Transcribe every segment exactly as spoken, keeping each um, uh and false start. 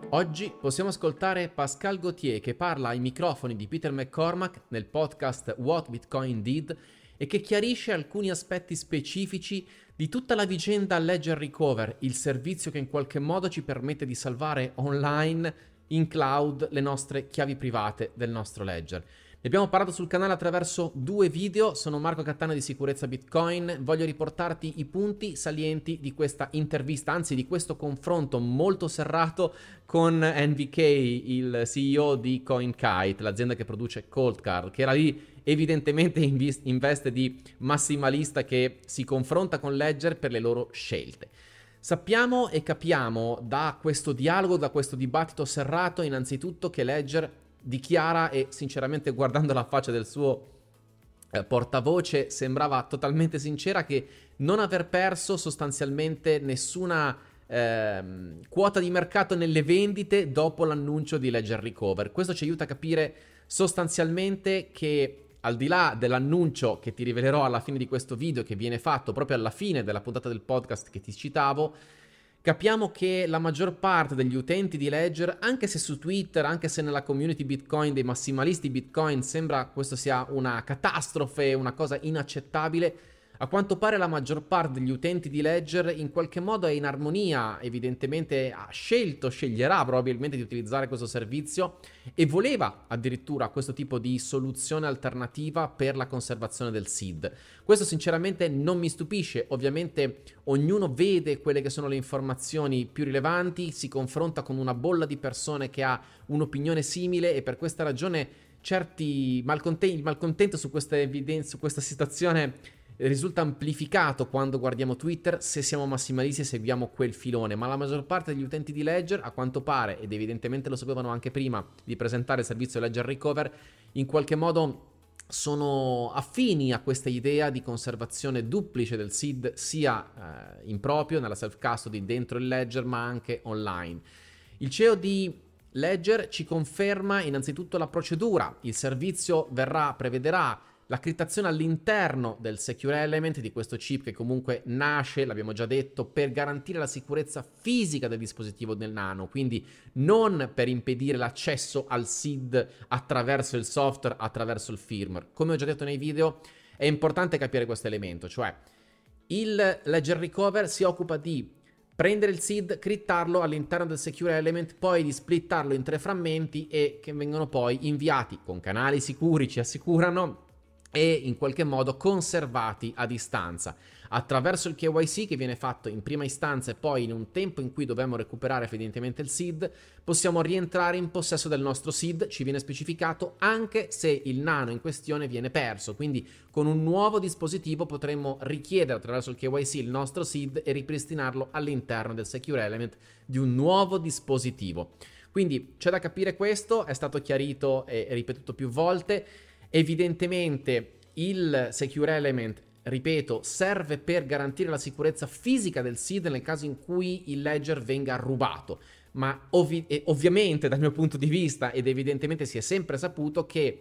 Oggi possiamo ascoltare Pascal Gauthier che parla ai microfoni di Peter McCormack nel podcast What Bitcoin Did e che chiarisce alcuni aspetti specifici di tutta la vicenda Ledger Recover, il servizio che in qualche modo ci permette di salvare online, in cloud, le nostre chiavi private del nostro Ledger. Ne abbiamo parlato sul canale attraverso due video, sono Marco Cattana di Sicurezza Bitcoin, voglio riportarti i punti salienti di questa intervista, anzi di questo confronto molto serrato con N V K, il C E O di CoinKite, l'azienda che produce Coldcard, che era lì evidentemente in, vis- in veste di massimalista che si confronta con Ledger per le loro scelte. Sappiamo e capiamo da questo dialogo, da questo dibattito serrato, innanzitutto che Ledger dichiara, e sinceramente guardando la faccia del suo eh, portavoce sembrava totalmente sincera, che non aver perso sostanzialmente nessuna eh, quota di mercato nelle vendite dopo l'annuncio di Ledger Recover. Questo ci aiuta a capire sostanzialmente che, al di là dell'annuncio che ti rivelerò alla fine di questo video, che viene fatto proprio alla fine della puntata del podcast che ti citavo, capiamo che la maggior parte degli utenti di Ledger, anche se su Twitter, anche se nella community Bitcoin dei massimalisti Bitcoin sembra questo sia una catastrofe, una cosa inaccettabile, a quanto pare la maggior parte degli utenti di Ledger in qualche modo è in armonia, evidentemente ha scelto, sceglierà probabilmente di utilizzare questo servizio e voleva addirittura questo tipo di soluzione alternativa per la conservazione del S I D. Questo sinceramente non mi stupisce, ovviamente ognuno vede quelle che sono le informazioni più rilevanti, si confronta con una bolla di persone che ha un'opinione simile e per questa ragione certi malcontenti, il malcontento su questa evidenza, su questa situazione risulta amplificato quando guardiamo Twitter se siamo massimalisti e seguiamo quel filone, ma la maggior parte degli utenti di Ledger, a quanto pare, ed evidentemente lo sapevano anche prima di presentare il servizio Ledger Recover, in qualche modo sono affini a questa idea di conservazione duplice del S I D, sia eh, in proprio, nella self-custody dentro il Ledger, ma anche online. Il C E O di Ledger ci conferma innanzitutto la procedura, il servizio verrà, prevederà la criptazione all'interno del Secure Element, di questo chip che comunque nasce, l'abbiamo già detto, per garantire la sicurezza fisica del dispositivo del nano, quindi non per impedire l'accesso al S I D attraverso il software, attraverso il firmware. Come ho già detto nei video, è importante capire questo elemento, cioè il Ledger Recover si occupa di prendere il S I D, criptarlo all'interno del Secure Element, poi di splittarlo in tre frammenti e che vengono poi inviati con canali sicuri, ci assicurano, e in qualche modo conservati a distanza attraverso il K Y C che viene fatto in prima istanza e poi in un tempo in cui dobbiamo recuperare evidentemente il S I D possiamo rientrare in possesso del nostro S I D, ci viene specificato, anche se il nano in questione viene perso, quindi con un nuovo dispositivo potremmo richiedere attraverso il K Y C il nostro S I D e ripristinarlo all'interno del Secure Element di un nuovo dispositivo. Quindi c'è da capire questo, è stato chiarito e ripetuto più volte. Evidentemente il Secure Element, ripeto, serve per garantire la sicurezza fisica del S I D nel caso in cui il Ledger venga rubato, ma ovvi- ovviamente dal mio punto di vista ed evidentemente si è sempre saputo che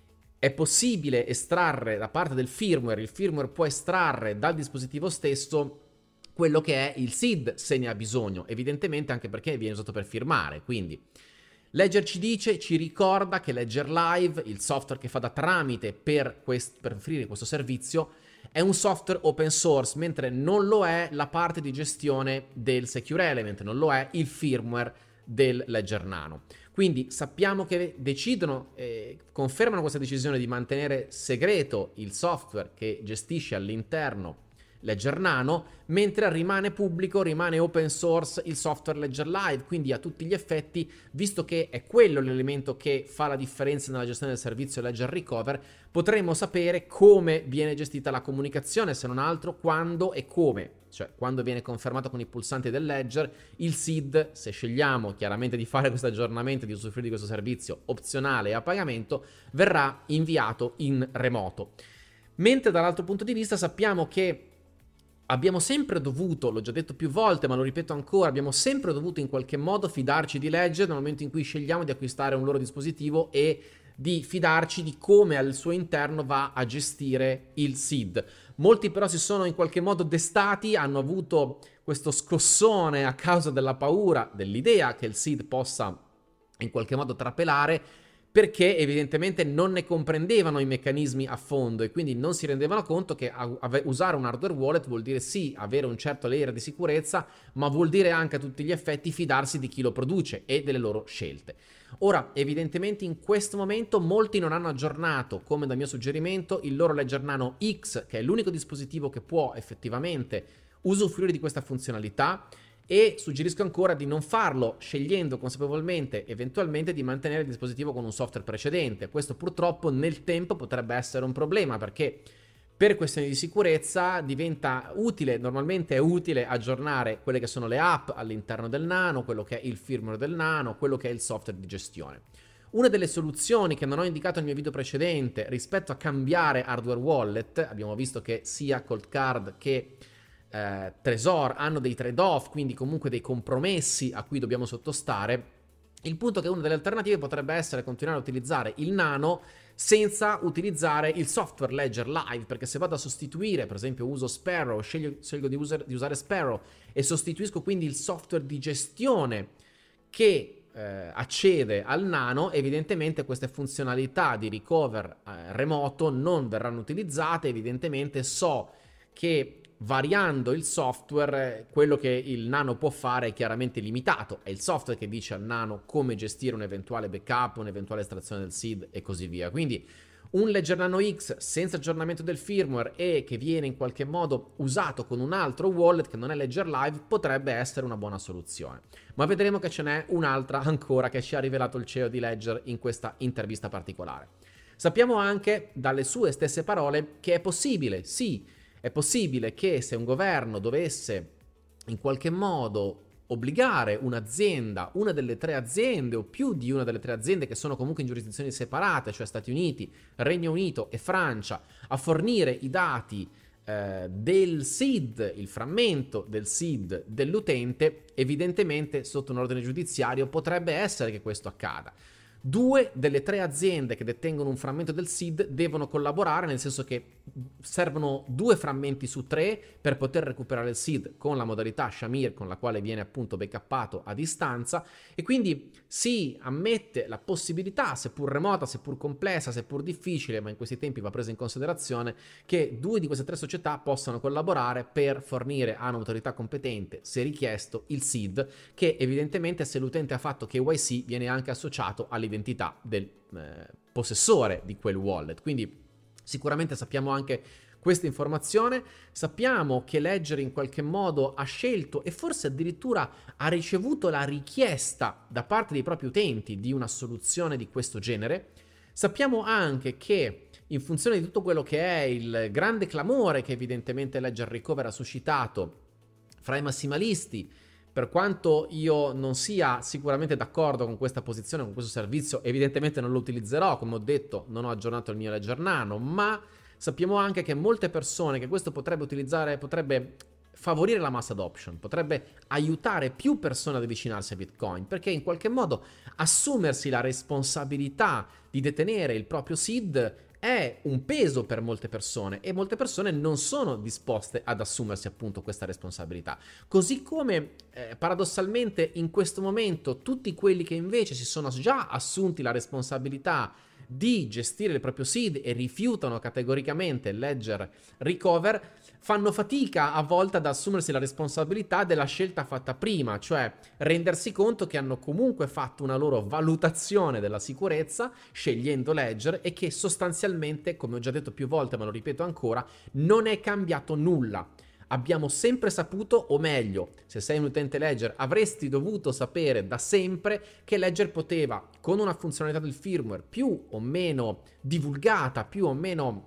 è possibile estrarre da parte del firmware, il firmware può estrarre dal dispositivo stesso quello che è il S I D se ne ha bisogno, evidentemente anche perché viene usato per firmare, quindi Ledger ci dice, ci ricorda che Ledger Live, il software che fa da tramite per, quest- per offrire questo servizio, è un software open source, mentre non lo è la parte di gestione del Secure Element, non lo è il firmware del Ledger Nano. Quindi sappiamo che decidono, eh, confermano questa decisione di mantenere segreto il software che gestisce all'interno Ledger Nano, mentre rimane pubblico, rimane open source il software Ledger Live, quindi a tutti gli effetti, visto che è quello l'elemento che fa la differenza nella gestione del servizio Ledger Recover, potremo sapere come viene gestita la comunicazione, se non altro quando e come, cioè quando viene confermato con i pulsanti del Ledger, il S I D, se scegliamo chiaramente di fare questo aggiornamento, di usufruire di questo servizio opzionale e a pagamento, verrà inviato in remoto. Mentre dall'altro punto di vista sappiamo che abbiamo sempre dovuto, l'ho già detto più volte ma lo ripeto ancora, abbiamo sempre dovuto in qualche modo fidarci di Ledger nel momento in cui scegliamo di acquistare un loro dispositivo e di fidarci di come al suo interno va a gestire il S I D. Molti però si sono in qualche modo destati, hanno avuto questo scossone a causa della paura, dell'idea che il S I D possa in qualche modo trapelare, perché evidentemente non ne comprendevano i meccanismi a fondo e quindi non si rendevano conto che usare un hardware wallet vuol dire sì avere un certo layer di sicurezza, ma vuol dire anche a tutti gli effetti fidarsi di chi lo produce e delle loro scelte. Ora, evidentemente in questo momento molti non hanno aggiornato, come dal mio suggerimento, il loro Ledger Nano X, che è l'unico dispositivo che può effettivamente usufruire di questa funzionalità, e suggerisco ancora di non farlo scegliendo consapevolmente eventualmente di mantenere il dispositivo con un software precedente. Questo purtroppo nel tempo potrebbe essere un problema, perché per questioni di sicurezza diventa utile, normalmente è utile aggiornare quelle che sono le app all'interno del Nano, quello che è il firmware del Nano, quello che è il software di gestione. Una delle soluzioni che non ho indicato nel mio video precedente rispetto a cambiare hardware wallet, abbiamo visto che sia Coldcard che Eh, Trezor hanno dei trade-off, quindi comunque dei compromessi a cui dobbiamo sottostare. Il punto è che una delle alternative potrebbe essere continuare a utilizzare il Nano senza utilizzare il software Ledger Live, perché se vado a sostituire, per esempio uso Sparrow, scelgo, scelgo di, user, di usare Sparrow e sostituisco quindi il software di gestione che eh, accede al Nano, evidentemente queste funzionalità di recover eh, remoto non verranno utilizzate. Evidentemente so che variando il software, quello che il Nano può fare è chiaramente limitato. È il software che dice al Nano come gestire un eventuale backup, un'eventuale estrazione del S I D e così via. Quindi un Ledger Nano X senza aggiornamento del firmware e che viene in qualche modo usato con un altro wallet che non è Ledger Live potrebbe essere una buona soluzione. Ma vedremo che ce n'è un'altra ancora che ci ha rivelato il C E O di Ledger in questa intervista particolare. Sappiamo anche dalle sue stesse parole che è possibile, sì, è possibile che se un governo dovesse in qualche modo obbligare un'azienda, una delle tre aziende o più di una delle tre aziende che sono comunque in giurisdizioni separate, cioè Stati Uniti, Regno Unito e Francia, a fornire i dati eh, del S I D, il frammento del S I D dell'utente, evidentemente sotto un ordine giudiziario potrebbe essere che questo accada. Due delle tre aziende che detengono un frammento del S I D devono collaborare, nel senso che servono due frammenti su tre per poter recuperare il S I D con la modalità Shamir, con la quale viene appunto backuppato a distanza, e quindi si ammette la possibilità, seppur remota, seppur complessa, seppur difficile, ma in questi tempi va presa in considerazione, che due di queste tre società possano collaborare per fornire a un'autorità competente, se richiesto, il S I D, che evidentemente se l'utente ha fatto K Y C viene anche associato all'identità identità del eh, possessore di quel wallet. Quindi sicuramente sappiamo anche questa informazione, sappiamo che Ledger in qualche modo ha scelto e forse addirittura ha ricevuto la richiesta da parte dei propri utenti di una soluzione di questo genere. Sappiamo anche che in funzione di tutto quello che è il grande clamore che evidentemente Ledger Recover ha suscitato fra i massimalisti, per quanto io non sia sicuramente d'accordo con questa posizione, con questo servizio, evidentemente non lo utilizzerò, come ho detto, non ho aggiornato il mio Ledger Nano, ma sappiamo anche che molte persone che questo potrebbe utilizzare, potrebbe favorire la mass adoption, potrebbe aiutare più persone ad avvicinarsi a Bitcoin, perché in qualche modo assumersi la responsabilità di detenere il proprio S I D è un peso per molte persone e molte persone non sono disposte ad assumersi appunto questa responsabilità. Così come eh, paradossalmente in questo momento tutti quelli che invece si sono già assunti la responsabilità di gestire il proprio S I D e rifiutano categoricamente il Ledger Recover fanno fatica a volte ad assumersi la responsabilità della scelta fatta prima, cioè rendersi conto che hanno comunque fatto una loro valutazione della sicurezza scegliendo Ledger e che sostanzialmente, come ho già detto più volte ma lo ripeto ancora, non è cambiato nulla. Abbiamo sempre saputo, o meglio, se sei un utente Ledger, avresti dovuto sapere da sempre che Ledger poteva, con una funzionalità del firmware più o meno divulgata, più o meno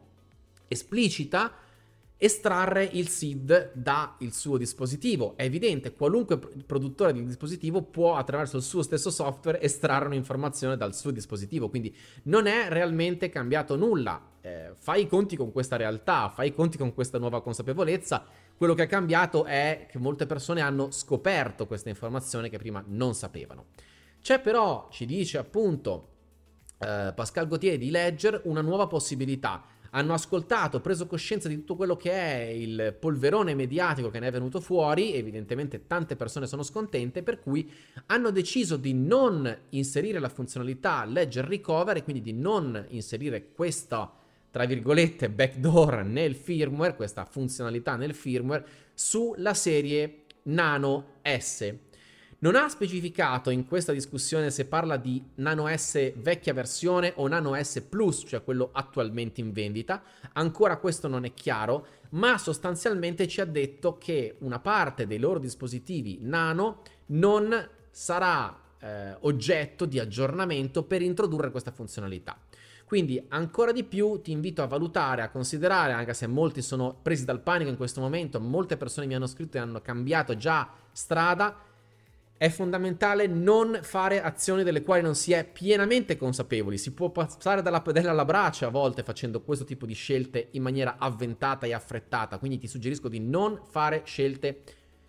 esplicita, estrarre il S I D dal suo dispositivo. È evidente, qualunque produttore di dispositivo può attraverso il suo stesso software estrarre un'informazione dal suo dispositivo, quindi non è realmente cambiato nulla. Eh, fai i conti con questa realtà, fai i conti con questa nuova consapevolezza. Quello che è cambiato è che molte persone hanno scoperto questa informazione che prima non sapevano. C'è però, ci dice appunto eh, Pascal Gauthier di Ledger una nuova possibilità. Hanno ascoltato, preso coscienza di tutto quello che è il polverone mediatico che ne è venuto fuori, evidentemente tante persone sono scontente, per cui hanno deciso di non inserire la funzionalità Ledger Recover e quindi di non inserire questa, tra virgolette, backdoor nel firmware, questa funzionalità nel firmware, sulla serie Nano S. Non ha specificato in questa discussione se parla di Nano S vecchia versione o Nano S Plus, cioè quello attualmente in vendita. Ancora questo non è chiaro, ma sostanzialmente ci ha detto che una parte dei loro dispositivi Nano non sarà eh, oggetto di aggiornamento per introdurre questa funzionalità. Quindi ancora di più ti invito a valutare, a considerare, anche se molti sono presi dal panico in questo momento, molte persone mi hanno scritto e hanno cambiato già strada. È fondamentale non fare azioni delle quali non si è pienamente consapevoli. Si può passare dalla pedella alla brace a volte facendo questo tipo di scelte in maniera avventata e affrettata. Quindi ti suggerisco di non fare scelte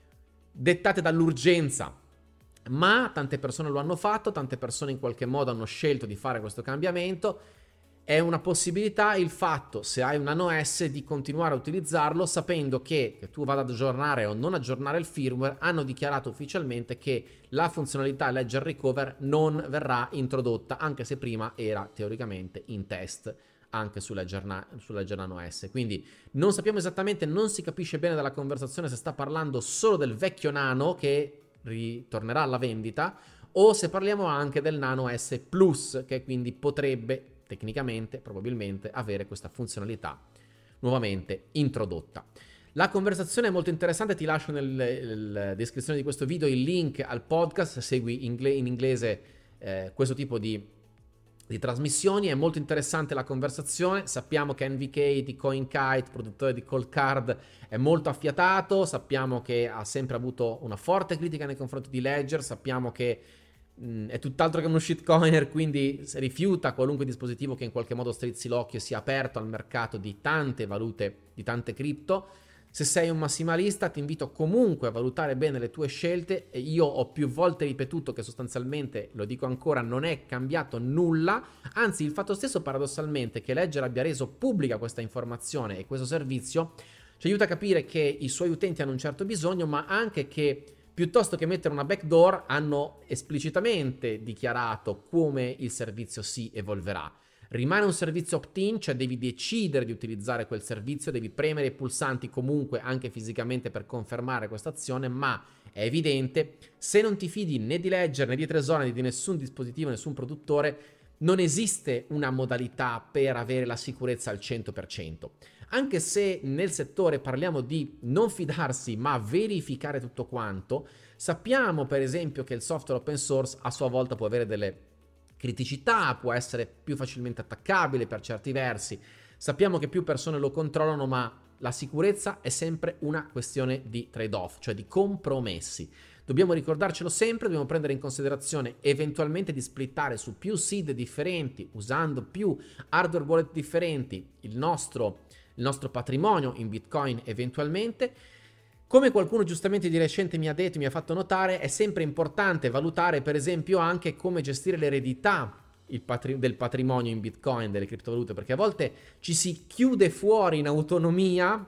dettate dall'urgenza. Ma tante persone lo hanno fatto, tante persone in qualche modo hanno scelto di fare questo cambiamento. È una possibilità il fatto, se hai un Nano S, di continuare a utilizzarlo sapendo che, che tu vada ad aggiornare o non aggiornare il firmware. Hanno dichiarato ufficialmente che la funzionalità Ledger Recover non verrà introdotta, anche se prima era teoricamente in test anche su Ledger, su Ledger Nano S. Quindi non sappiamo esattamente, non si capisce bene dalla conversazione se sta parlando solo del vecchio Nano che ritornerà alla vendita o se parliamo anche del Nano S Plus, che quindi potrebbe tecnicamente, probabilmente, avere questa funzionalità nuovamente introdotta. La conversazione è molto interessante, ti lascio nella descrizione di questo video il link al podcast, segui ingle- in inglese eh, questo tipo di, di trasmissioni, è molto interessante la conversazione. Sappiamo che N V K di CoinKite, produttore di Cold Card, è molto affiatato, sappiamo che ha sempre avuto una forte critica nei confronti di Ledger, sappiamo che è tutt'altro che uno shitcoiner, quindi rifiuta qualunque dispositivo che in qualche modo strizzi l'occhio e sia aperto al mercato di tante valute, di tante cripto. Se sei un massimalista ti invito comunque a valutare bene le tue scelte. E io ho più volte ripetuto che sostanzialmente, lo dico ancora, non è cambiato nulla, anzi il fatto stesso paradossalmente che Ledger abbia reso pubblica questa informazione e questo servizio ci aiuta a capire che i suoi utenti hanno un certo bisogno, ma anche che piuttosto che mettere una backdoor hanno esplicitamente dichiarato come il servizio si evolverà. Rimane un servizio opt-in, cioè devi decidere di utilizzare quel servizio, devi premere i pulsanti comunque anche fisicamente per confermare questa azione, ma è evidente, se non ti fidi né di Ledger né di Trezor né di nessun dispositivo, nessun produttore, non esiste una modalità per avere la sicurezza al cento per cento. Anche se nel settore parliamo di non fidarsi ma verificare tutto quanto, sappiamo per esempio che il software open source a sua volta può avere delle criticità, può essere più facilmente attaccabile per certi versi, sappiamo che più persone lo controllano, ma la sicurezza è sempre una questione di trade-off, cioè di compromessi. Dobbiamo ricordarcelo sempre, dobbiamo prendere in considerazione eventualmente di splittare su più seed differenti, usando più hardware wallet differenti, il nostro, il nostro patrimonio in Bitcoin eventualmente. Come qualcuno giustamente di recente mi ha detto, mi ha fatto notare, è sempre importante valutare per esempio anche come gestire l'eredità il patri- del patrimonio in Bitcoin, delle criptovalute, perché a volte ci si chiude fuori in autonomia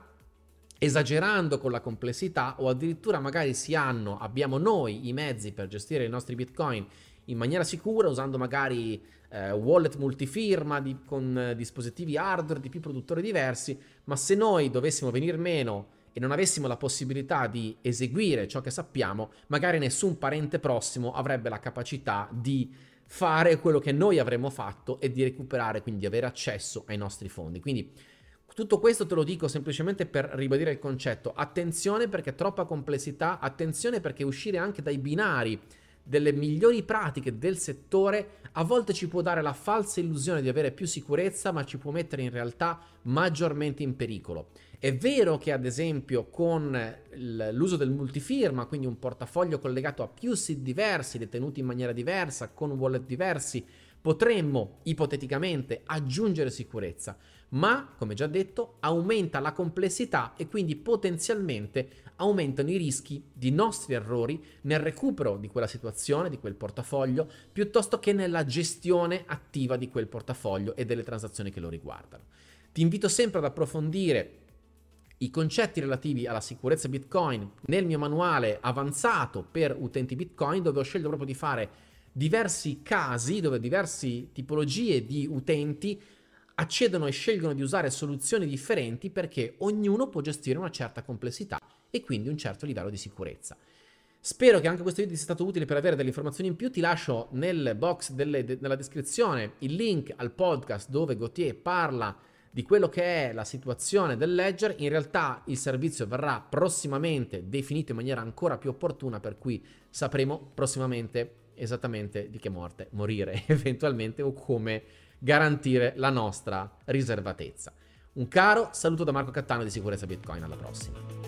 esagerando con la complessità, o addirittura magari si hanno, abbiamo noi i mezzi per gestire i nostri Bitcoin in maniera sicura, usando magari eh, wallet multifirma di, con eh, dispositivi hardware di più produttori diversi, ma se noi dovessimo venir meno e non avessimo la possibilità di eseguire ciò che sappiamo, magari nessun parente prossimo avrebbe la capacità di fare quello che noi avremmo fatto e di recuperare, quindi di avere accesso ai nostri fondi. Quindi tutto questo te lo dico semplicemente per ribadire il concetto. Attenzione perché troppa complessità, attenzione perché uscire anche dai binari delle migliori pratiche del settore a volte ci può dare la falsa illusione di avere più sicurezza, ma ci può mettere in realtà maggiormente in pericolo. È vero che ad esempio con l'uso del multifirma, quindi un portafoglio collegato a più seed diversi, detenuti in maniera diversa, con wallet diversi, potremmo ipoteticamente aggiungere sicurezza, ma, come già detto, aumenta la complessità e quindi potenzialmente aumentano i rischi di nostri errori nel recupero di quella situazione, di quel portafoglio, piuttosto che nella gestione attiva di quel portafoglio e delle transazioni che lo riguardano. Ti invito sempre ad approfondire i concetti relativi alla sicurezza Bitcoin nel mio manuale avanzato per utenti Bitcoin, dove ho scelto proprio di fare diversi casi, dove diverse tipologie di utenti accedono e scelgono di usare soluzioni differenti perché ognuno può gestire una certa complessità e quindi un certo livello di sicurezza. Spero che anche questo video sia stato utile per avere delle informazioni in più. Ti lascio nel box delle, de, nella descrizione il link al podcast dove Gauthier parla di quello che è la situazione del Ledger. In realtà il servizio verrà prossimamente definito in maniera ancora più opportuna, per cui sapremo prossimamente esattamente di che morte morire eventualmente o come garantire la nostra riservatezza. Un caro saluto da Marco Cattano di Sicurezza Bitcoin, alla prossima.